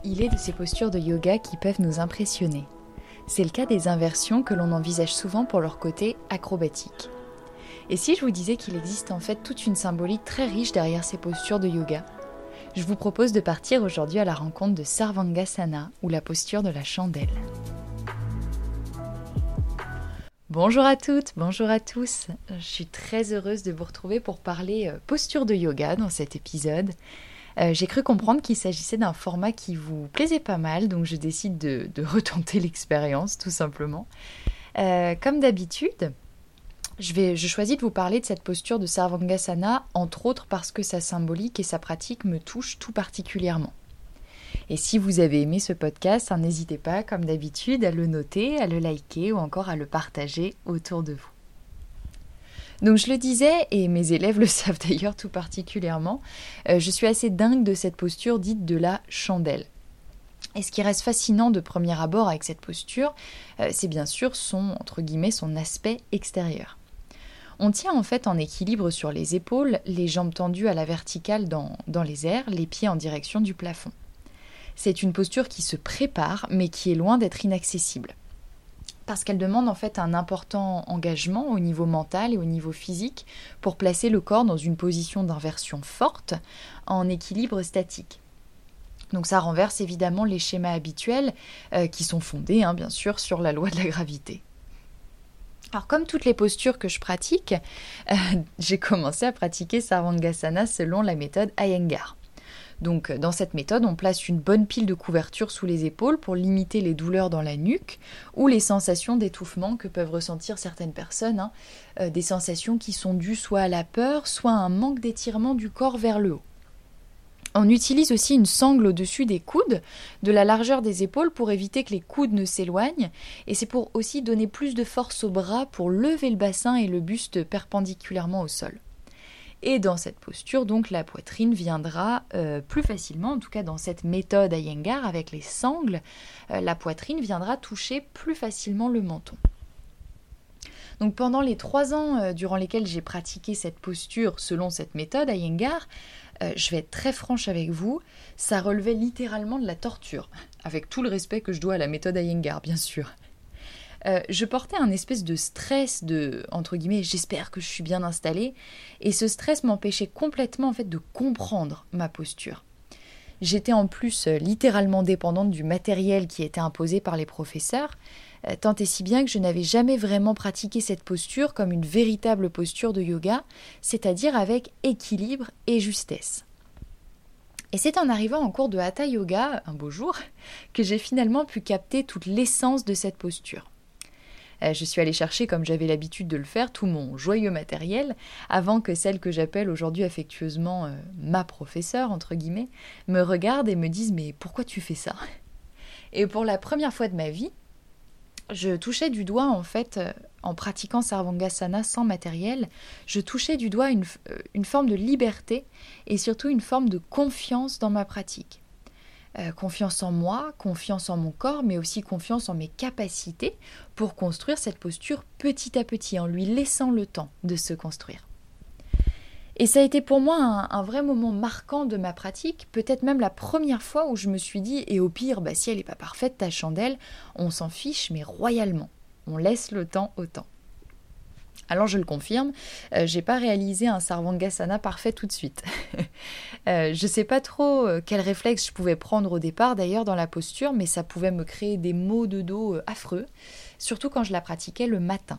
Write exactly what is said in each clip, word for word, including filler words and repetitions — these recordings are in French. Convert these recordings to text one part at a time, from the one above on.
Il est de ces postures de yoga qui peuvent nous impressionner. C'est le cas des inversions que l'on envisage souvent pour leur côté acrobatique. Et si je vous disais qu'il existe en fait toute une symbolique très riche derrière ces postures de yoga, je vous propose de partir aujourd'hui à la rencontre de Sarvangasana, ou la posture de la chandelle. Bonjour à toutes, bonjour à tous. Je suis très heureuse de vous retrouver pour parler posture de yoga dans cet épisode. Euh, j'ai cru comprendre qu'il s'agissait d'un format qui vous plaisait pas mal, donc je décide de, de retenter l'expérience, tout simplement. Euh, comme d'habitude, je, vais, je choisis de vous parler de cette posture de Sarvangasana, entre autres parce que sa symbolique et sa pratique me touchent tout particulièrement. Et si vous avez aimé ce podcast, hein, n'hésitez pas, comme d'habitude, à le noter, à le liker ou encore à le partager autour de vous. Donc je le disais, et mes élèves le savent d'ailleurs tout particulièrement, euh, je suis assez dingue de cette posture dite de la chandelle. Et ce qui reste fascinant de premier abord avec cette posture, euh, c'est bien sûr son, entre guillemets, son aspect extérieur. On tient en fait en équilibre sur les épaules, les jambes tendues à la verticale dans, dans les airs, les pieds en direction du plafond. C'est une posture qui se prépare, mais qui est loin d'être inaccessible. Parce qu'elle demande en fait un important engagement au niveau mental et au niveau physique pour placer le corps dans une position d'inversion forte en équilibre statique. Donc ça renverse évidemment les schémas habituels euh, qui sont fondés hein, bien sûr sur la loi de la gravité. Alors comme toutes les postures que je pratique, euh, j'ai commencé à pratiquer Sarvangasana selon la méthode Iyengar. Donc dans cette méthode, on place une bonne pile de couverture sous les épaules pour limiter les douleurs dans la nuque ou les sensations d'étouffement que peuvent ressentir certaines personnes, hein, euh, des sensations qui sont dues soit à la peur, soit à un manque d'étirement du corps vers le haut. On utilise aussi une sangle au-dessus des coudes, de la largeur des épaules pour éviter que les coudes ne s'éloignent, et c'est pour aussi donner plus de force aux bras pour lever le bassin et le buste perpendiculairement au sol. Et dans cette posture, donc, la poitrine viendra euh, plus facilement, en tout cas dans cette méthode Iyengar avec les sangles, euh, la poitrine viendra toucher plus facilement le menton. Donc pendant les trois ans euh, durant lesquels j'ai pratiqué cette posture selon cette méthode Iyengar, euh, je vais être très franche avec vous, ça relevait littéralement de la torture, avec tout le respect que je dois à la méthode Iyengar, bien sûr. Euh, je portais un espèce de stress de, entre guillemets, j'espère que je suis bien installée, et ce stress m'empêchait complètement en fait de comprendre ma posture. J'étais en plus euh, littéralement dépendante du matériel qui était imposé par les professeurs, euh, tant et si bien que je n'avais jamais vraiment pratiqué cette posture comme une véritable posture de yoga, c'est-à-dire avec équilibre et justesse. Et c'est en arrivant en cours de Hatha Yoga, un beau jour, que j'ai finalement pu capter toute l'essence de cette posture. Je suis allée chercher, comme j'avais l'habitude de le faire, tout mon joyeux matériel, avant que celle que j'appelle aujourd'hui affectueusement euh, ma professeure, entre guillemets, me regarde et me dise « Mais pourquoi tu fais ça ?» Et pour la première fois de ma vie, je touchais du doigt, en fait, euh, en pratiquant Sarvangasana sans matériel, je touchais du doigt une, euh, une forme de liberté et surtout une forme de confiance dans ma pratique. Euh, confiance en moi, confiance en mon corps, mais aussi confiance en mes capacités pour construire cette posture petit à petit, en lui laissant le temps de se construire. Et ça a été pour moi un, un vrai moment marquant de ma pratique, peut-être même la première fois où je me suis dit, et au pire, bah, si elle n'est pas parfaite, ta chandelle, on s'en fiche, mais royalement. On laisse le temps au temps. Alors je le confirme, euh, j'ai pas réalisé un Sarvangasana parfait tout de suite. euh, je sais pas trop euh, quel réflexe je pouvais prendre au départ d'ailleurs dans la posture, mais ça pouvait me créer des maux de dos euh, affreux, surtout quand je la pratiquais le matin.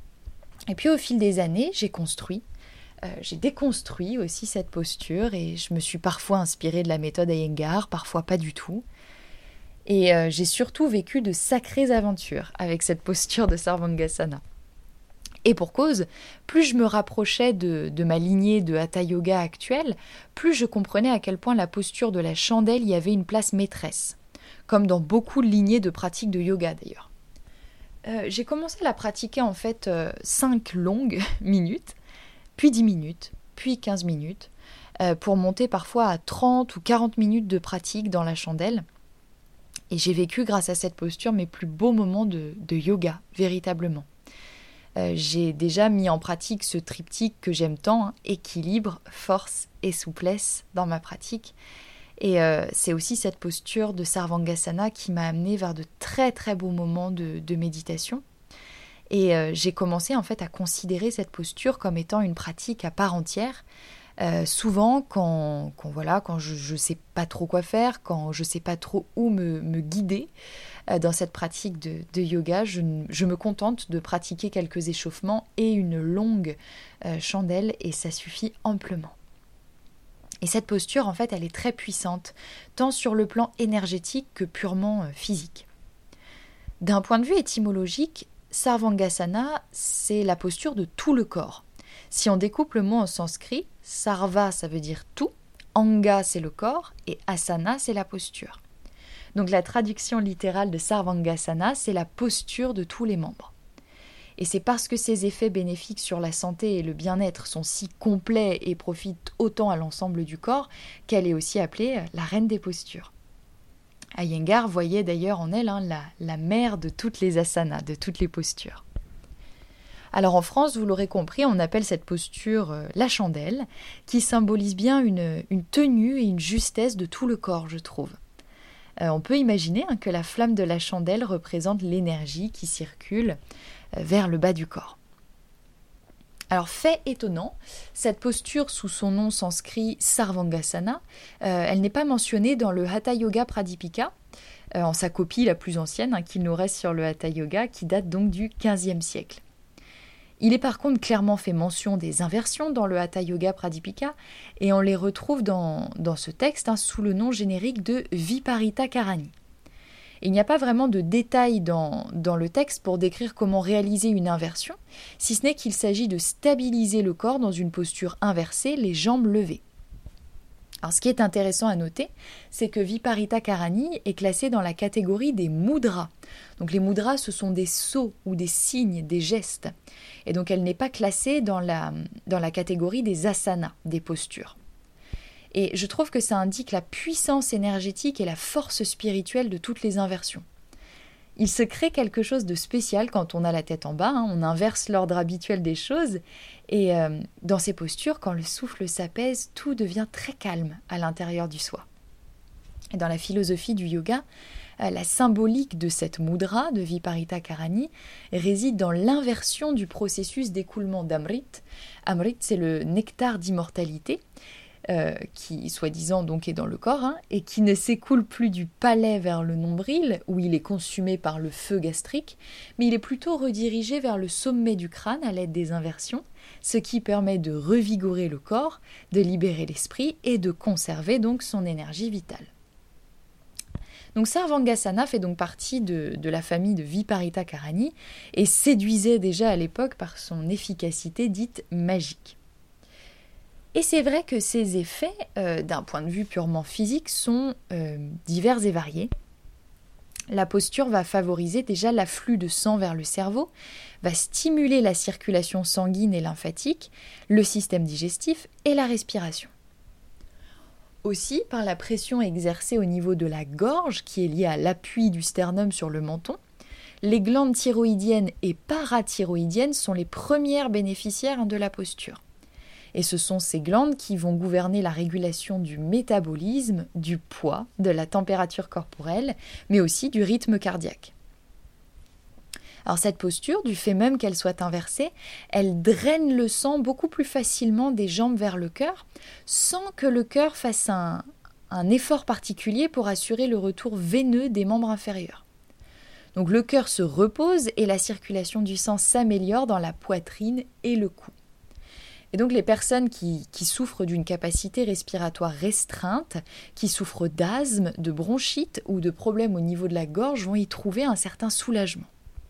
Et puis au fil des années, j'ai construit, euh, j'ai déconstruit aussi cette posture et je me suis parfois inspirée de la méthode Iyengar, parfois pas du tout. Et euh, j'ai surtout vécu de sacrées aventures avec cette posture de Sarvangasana. Et pour cause, plus je me rapprochais de, de ma lignée de Hatha Yoga actuelle, plus je comprenais à quel point la posture de la chandelle y avait une place maîtresse, comme dans beaucoup de lignées de pratiques de yoga d'ailleurs. Euh, j'ai commencé à la pratiquer en fait euh, cinq longues minutes, puis dix minutes, puis quinze minutes, euh, pour monter parfois à trente ou quarante minutes de pratique dans la chandelle. Et j'ai vécu grâce à cette posture mes plus beaux moments de, de yoga, véritablement. Euh, j'ai déjà mis en pratique ce triptyque que j'aime tant, hein, équilibre, force et souplesse dans ma pratique. Et euh, c'est aussi cette posture de Sarvangasana qui m'a amenée vers de très très beaux moments de, de méditation. Et euh, j'ai commencé en fait à considérer cette posture comme étant une pratique à part entière. Euh, souvent, quand, quand, voilà, quand je ne sais pas trop quoi faire, quand je ne sais pas trop où me, me guider euh, dans cette pratique de, de yoga, je, je me contente de pratiquer quelques échauffements et une longue euh, chandelle, et ça suffit amplement. Et cette posture, en fait, elle est très puissante, tant sur le plan énergétique que purement euh, physique. D'un point de vue étymologique, Sarvangasana, c'est la posture de tout le corps. Si on découpe le mot en sanskrit, Sarva, ça veut dire tout, Anga, c'est le corps, et Asana, c'est la posture. Donc la traduction littérale de Sarvangasana, c'est la posture de tous les membres. Et c'est parce que ses effets bénéfiques sur la santé et le bien-être sont si complets et profitent autant à l'ensemble du corps qu'elle est aussi appelée la reine des postures. Iyengar voyait d'ailleurs en elle hein, la, la mère de toutes les asanas, de toutes les postures. Alors en France, vous l'aurez compris, on appelle cette posture euh, la chandelle, qui symbolise bien une, une tenue et une justesse de tout le corps, je trouve. Euh, on peut imaginer hein, que la flamme de la chandelle représente l'énergie qui circule euh, vers le bas du corps. Alors, fait étonnant, cette posture sous son nom sanskrit Sarvangasana, euh, elle n'est pas mentionnée dans le Hatha Yoga Pradipika, euh, en sa copie la plus ancienne hein, qu'il nous reste sur le Hatha Yoga, qui date donc du quinzième siècle. Il est par contre clairement fait mention des inversions dans le Hatha Yoga Pradipika, et on les retrouve dans, dans ce texte hein, sous le nom générique de Viparita Karani. Il n'y a pas vraiment de détails dans, dans le texte pour décrire comment réaliser une inversion, si ce n'est qu'il s'agit de stabiliser le corps dans une posture inversée, les jambes levées. Alors, ce qui est intéressant à noter, c'est que Viparita Karani est classé dans la catégorie des mudras. Donc les mudras, ce sont des sceaux ou des signes, des gestes. Et donc elle n'est pas classée dans la, dans la catégorie des asanas, des postures. Et je trouve que ça indique la puissance énergétique et la force spirituelle de toutes les inversions. Il se crée quelque chose de spécial quand on a la tête en bas, hein, on inverse l'ordre habituel des choses, et euh, dans ces postures, quand le souffle s'apaise, tout devient très calme à l'intérieur du soi. Et dans la philosophie du yoga, euh, la symbolique de cette mudra, de Viparita Karani, réside dans l'inversion du processus d'écoulement d'Amrit. Amrit, c'est le nectar d'immortalité, Euh, qui soi-disant donc est dans le corps, hein, et qui ne s'écoule plus du palais vers le nombril, où il est consumé par le feu gastrique, mais il est plutôt redirigé vers le sommet du crâne à l'aide des inversions, ce qui permet de revigorer le corps, de libérer l'esprit et de conserver donc son énergie vitale. Donc Sarvangasana fait donc partie de, de la famille de Viparita Karani et séduisait déjà à l'époque par son efficacité dite magique. Et c'est vrai que ces effets, euh, d'un point de vue purement physique, sont euh, divers et variés. La posture va favoriser déjà l'afflux de sang vers le cerveau, va stimuler la circulation sanguine et lymphatique, le système digestif et la respiration. Aussi, par la pression exercée au niveau de la gorge, qui est liée à l'appui du sternum sur le menton, les glandes thyroïdiennes et parathyroïdiennes sont les premières bénéficiaires de la posture. Et ce sont ces glandes qui vont gouverner la régulation du métabolisme, du poids, de la température corporelle, mais aussi du rythme cardiaque. Alors cette posture, du fait même qu'elle soit inversée, elle draine le sang beaucoup plus facilement des jambes vers le cœur, sans que le cœur fasse un, un effort particulier pour assurer le retour veineux des membres inférieurs. Donc le cœur se repose et la circulation du sang s'améliore dans la poitrine et le cou. Et donc les personnes qui, qui souffrent d'une capacité respiratoire restreinte, qui souffrent d'asthme, de bronchite ou de problèmes au niveau de la gorge vont y trouver un certain soulagement.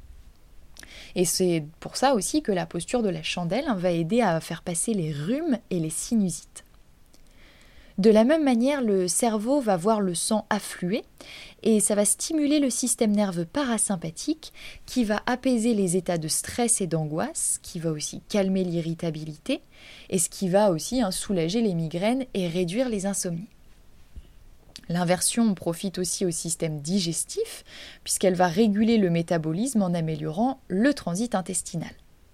Et c'est pour ça aussi que la posture de la chandelle va aider à faire passer les rhumes et les sinusites. De la même manière, le cerveau va voir le sang affluer et ça va stimuler le système nerveux parasympathique qui va apaiser les états de stress et d'angoisse, qui va aussi calmer l'irritabilité et ce qui va aussi hein, soulager les migraines et réduire les insomnies. L'inversion profite aussi au système digestif puisqu'elle va réguler le métabolisme en améliorant le transit intestinal.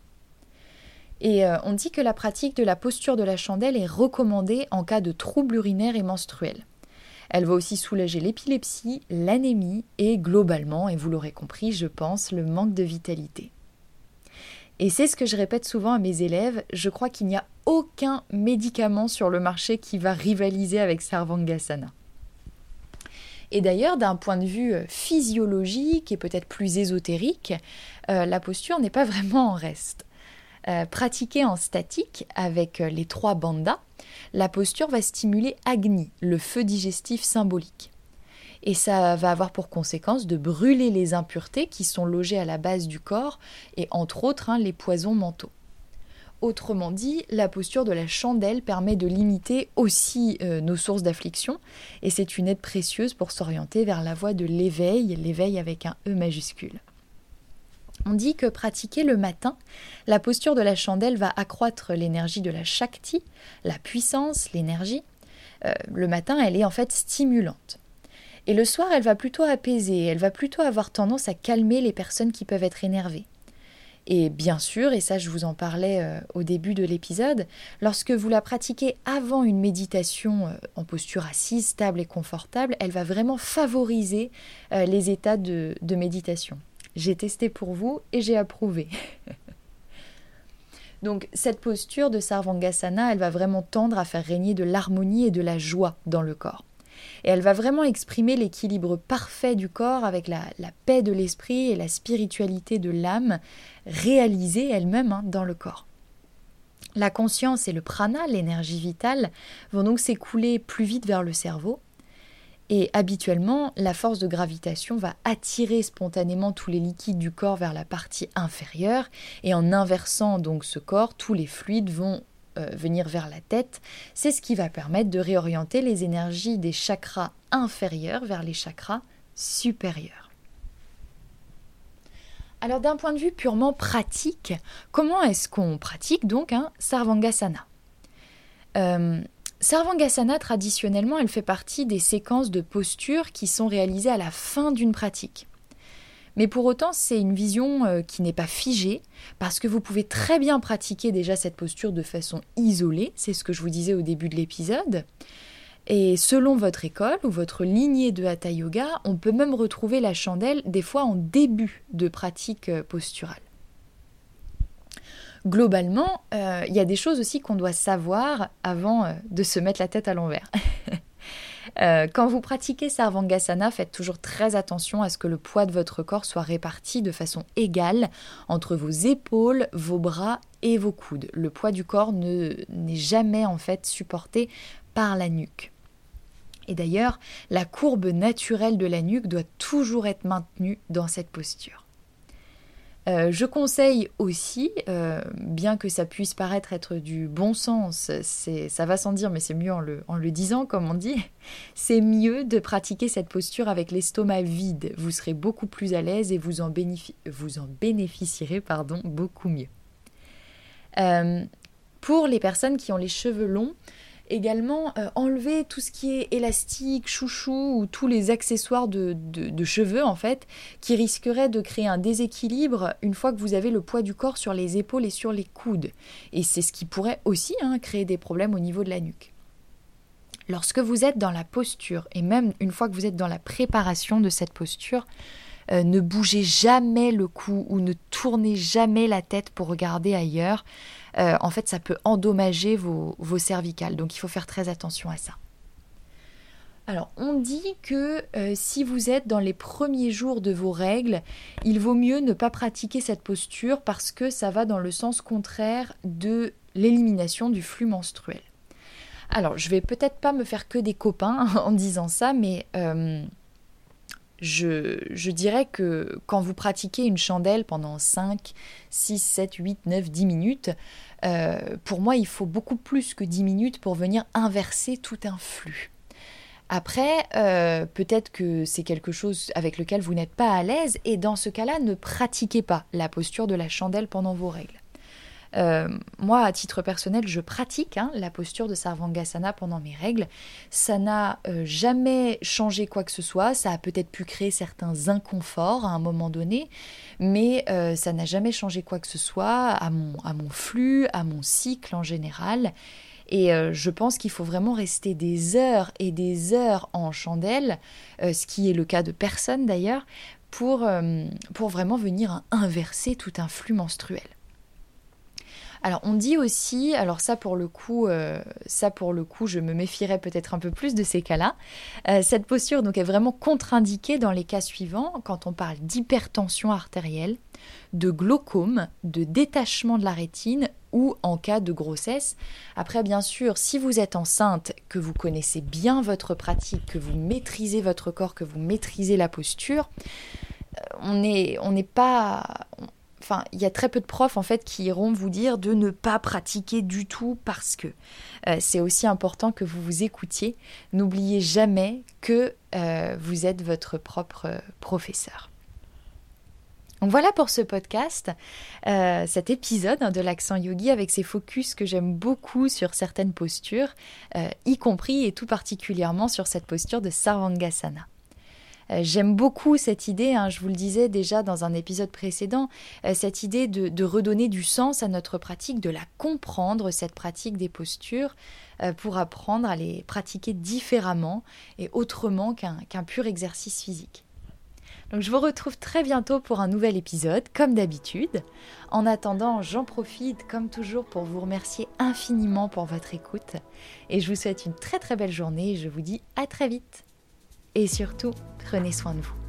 Et euh, on dit que la pratique de la posture de la chandelle est recommandée en cas de troubles urinaires et menstruels. Elle va aussi soulager l'épilepsie, l'anémie et globalement, et vous l'aurez compris, je pense, le manque de vitalité. Et c'est ce que je répète souvent à mes élèves, je crois qu'il n'y a aucun médicament sur le marché qui va rivaliser avec Sarvangasana. Et d'ailleurs, d'un point de vue physiologique et peut-être plus ésotérique, euh, la posture n'est pas vraiment en reste. Euh, pratiquée en statique avec les trois bandhas, la posture va stimuler Agni, le feu digestif symbolique. Et ça va avoir pour conséquence de brûler les impuretés qui sont logées à la base du corps et entre autres hein, les poisons mentaux. Autrement dit, la posture de la chandelle permet de limiter aussi euh, nos sources d'affliction et c'est une aide précieuse pour s'orienter vers la voie de l'éveil, l'éveil avec un E majuscule. On dit que pratiquer le matin, la posture de la chandelle va accroître l'énergie de la Shakti, la puissance, l'énergie. Euh, le matin, elle est en fait stimulante. Et le soir, elle va plutôt apaiser, elle va plutôt avoir tendance à calmer les personnes qui peuvent être énervées. Et bien sûr, et ça je vous en parlais euh, au début de l'épisode, lorsque vous la pratiquez avant une méditation euh, en posture assise, stable et confortable, elle va vraiment favoriser euh, les états de, de méditation. J'ai testé pour vous et j'ai approuvé. Donc cette posture de Sarvangasana, elle va vraiment tendre à faire régner de l'harmonie et de la joie dans le corps. Et elle va vraiment exprimer l'équilibre parfait du corps avec la, la paix de l'esprit et la spiritualité de l'âme réalisée elle-même hein, dans le corps. La conscience et le prana, l'énergie vitale, vont donc s'écouler plus vite vers le cerveau. Et habituellement, la force de gravitation va attirer spontanément tous les liquides du corps vers la partie inférieure. Et en inversant donc ce corps, tous les fluides vont euh, venir vers la tête. C'est ce qui va permettre de réorienter les énergies des chakras inférieurs vers les chakras supérieurs. Alors d'un point de vue purement pratique, comment est-ce qu'on pratique donc un Sarvangasana ? euh, Sarvangasana, traditionnellement, elle fait partie des séquences de postures qui sont réalisées à la fin d'une pratique. Mais pour autant, c'est une vision euh, qui n'est pas figée, parce que vous pouvez très bien pratiquer déjà cette posture de façon isolée, c'est ce que je vous disais au début de l'épisode. Et selon votre école ou votre lignée de Hatha Yoga, on peut même retrouver la chandelle des fois en début de pratique euh, posturale. Globalement, euh, il y a des choses aussi qu'on doit savoir avant euh, de se mettre la tête à l'envers. euh, quand vous pratiquez Sarvangasana, faites toujours très attention à ce que le poids de votre corps soit réparti de façon égale entre vos épaules, vos bras et vos coudes. Le poids du corps ne, n'est jamais en fait supporté par la nuque. Et d'ailleurs, la courbe naturelle de la nuque doit toujours être maintenue dans cette posture. Euh, je conseille aussi, euh, bien que ça puisse paraître être du bon sens, c'est, ça va sans dire, mais c'est mieux en le, en le disant, comme on dit, c'est mieux de pratiquer cette posture avec l'estomac vide. Vous serez beaucoup plus à l'aise et vous en, bénéfi- vous en bénéficierez pardon, beaucoup mieux. Euh, pour les personnes qui ont les cheveux longs, également, euh, enlever tout ce qui est élastique, chouchou ou tous les accessoires de, de, de cheveux en fait, qui risqueraient de créer un déséquilibre une fois que vous avez le poids du corps sur les épaules et sur les coudes. Et c'est ce qui pourrait aussi hein, créer des problèmes au niveau de la nuque. Lorsque vous êtes dans la posture, et même une fois que vous êtes dans la préparation de cette posture, euh, ne bougez jamais le cou ou ne tournez jamais la tête pour regarder ailleurs. Euh, en fait, ça peut endommager vos, vos cervicales. Donc, il faut faire très attention à ça. Alors, on dit que euh, si vous êtes dans les premiers jours de vos règles, il vaut mieux ne pas pratiquer cette posture parce que ça va dans le sens contraire de l'élimination du flux menstruel. Alors, je vais peut-être pas me faire que des copains en disant ça, mais... Euh, Je, je dirais que quand vous pratiquez une chandelle pendant cinq, six, sept, huit, neuf, dix minutes, euh, pour moi, il faut beaucoup plus que dix minutes pour venir inverser tout un flux. Après, euh, peut-être que c'est quelque chose avec lequel vous n'êtes pas à l'aise et dans ce cas-là, ne pratiquez pas la posture de la chandelle pendant vos règles. Euh, moi, à titre personnel, je pratique hein, la posture de Sarvangasana pendant mes règles. Ça n'a euh, jamais changé quoi que ce soit. Ça a peut-être pu créer certains inconforts à un moment donné, mais euh, ça n'a jamais changé quoi que ce soit à mon, à mon flux, à mon cycle en général. Et euh, je pense qu'il faut vraiment rester des heures et des heures en chandelle, euh, ce qui est le cas de personne d'ailleurs, pour, euh, pour vraiment venir inverser tout un flux menstruel. Alors on dit aussi, alors ça pour le coup, euh, ça pour le coup, je me méfierais peut-être un peu plus de ces cas-là. Euh, cette posture donc est vraiment contre-indiquée dans les cas suivants, quand on parle d'hypertension artérielle, de glaucome, de détachement de la rétine ou en cas de grossesse. Après bien sûr, si vous êtes enceinte, que vous connaissez bien votre pratique, que vous maîtrisez votre corps, que vous maîtrisez la posture, on n'est on n'est pas... Enfin, il y a très peu de profs en fait qui iront vous dire de ne pas pratiquer du tout parce que euh, c'est aussi important que vous vous écoutiez. N'oubliez jamais que euh, vous êtes votre propre euh, professeur. Donc voilà pour ce podcast, euh, cet épisode hein, de l'accent yogi avec ses focus que j'aime beaucoup sur certaines postures, euh, y compris et tout particulièrement sur cette posture de Sarvangasana. Euh, j'aime beaucoup cette idée, hein, je vous le disais déjà dans un épisode précédent, euh, cette idée de, de redonner du sens à notre pratique, de la comprendre, cette pratique des postures, euh, pour apprendre à les pratiquer différemment et autrement qu'un, qu'un pur exercice physique. Donc je vous retrouve très bientôt pour un nouvel épisode, comme d'habitude. En attendant, j'en profite comme toujours pour vous remercier infiniment pour votre écoute. Et je vous souhaite une très très belle journée et je vous dis à très vite. Et surtout, prenez soin de vous.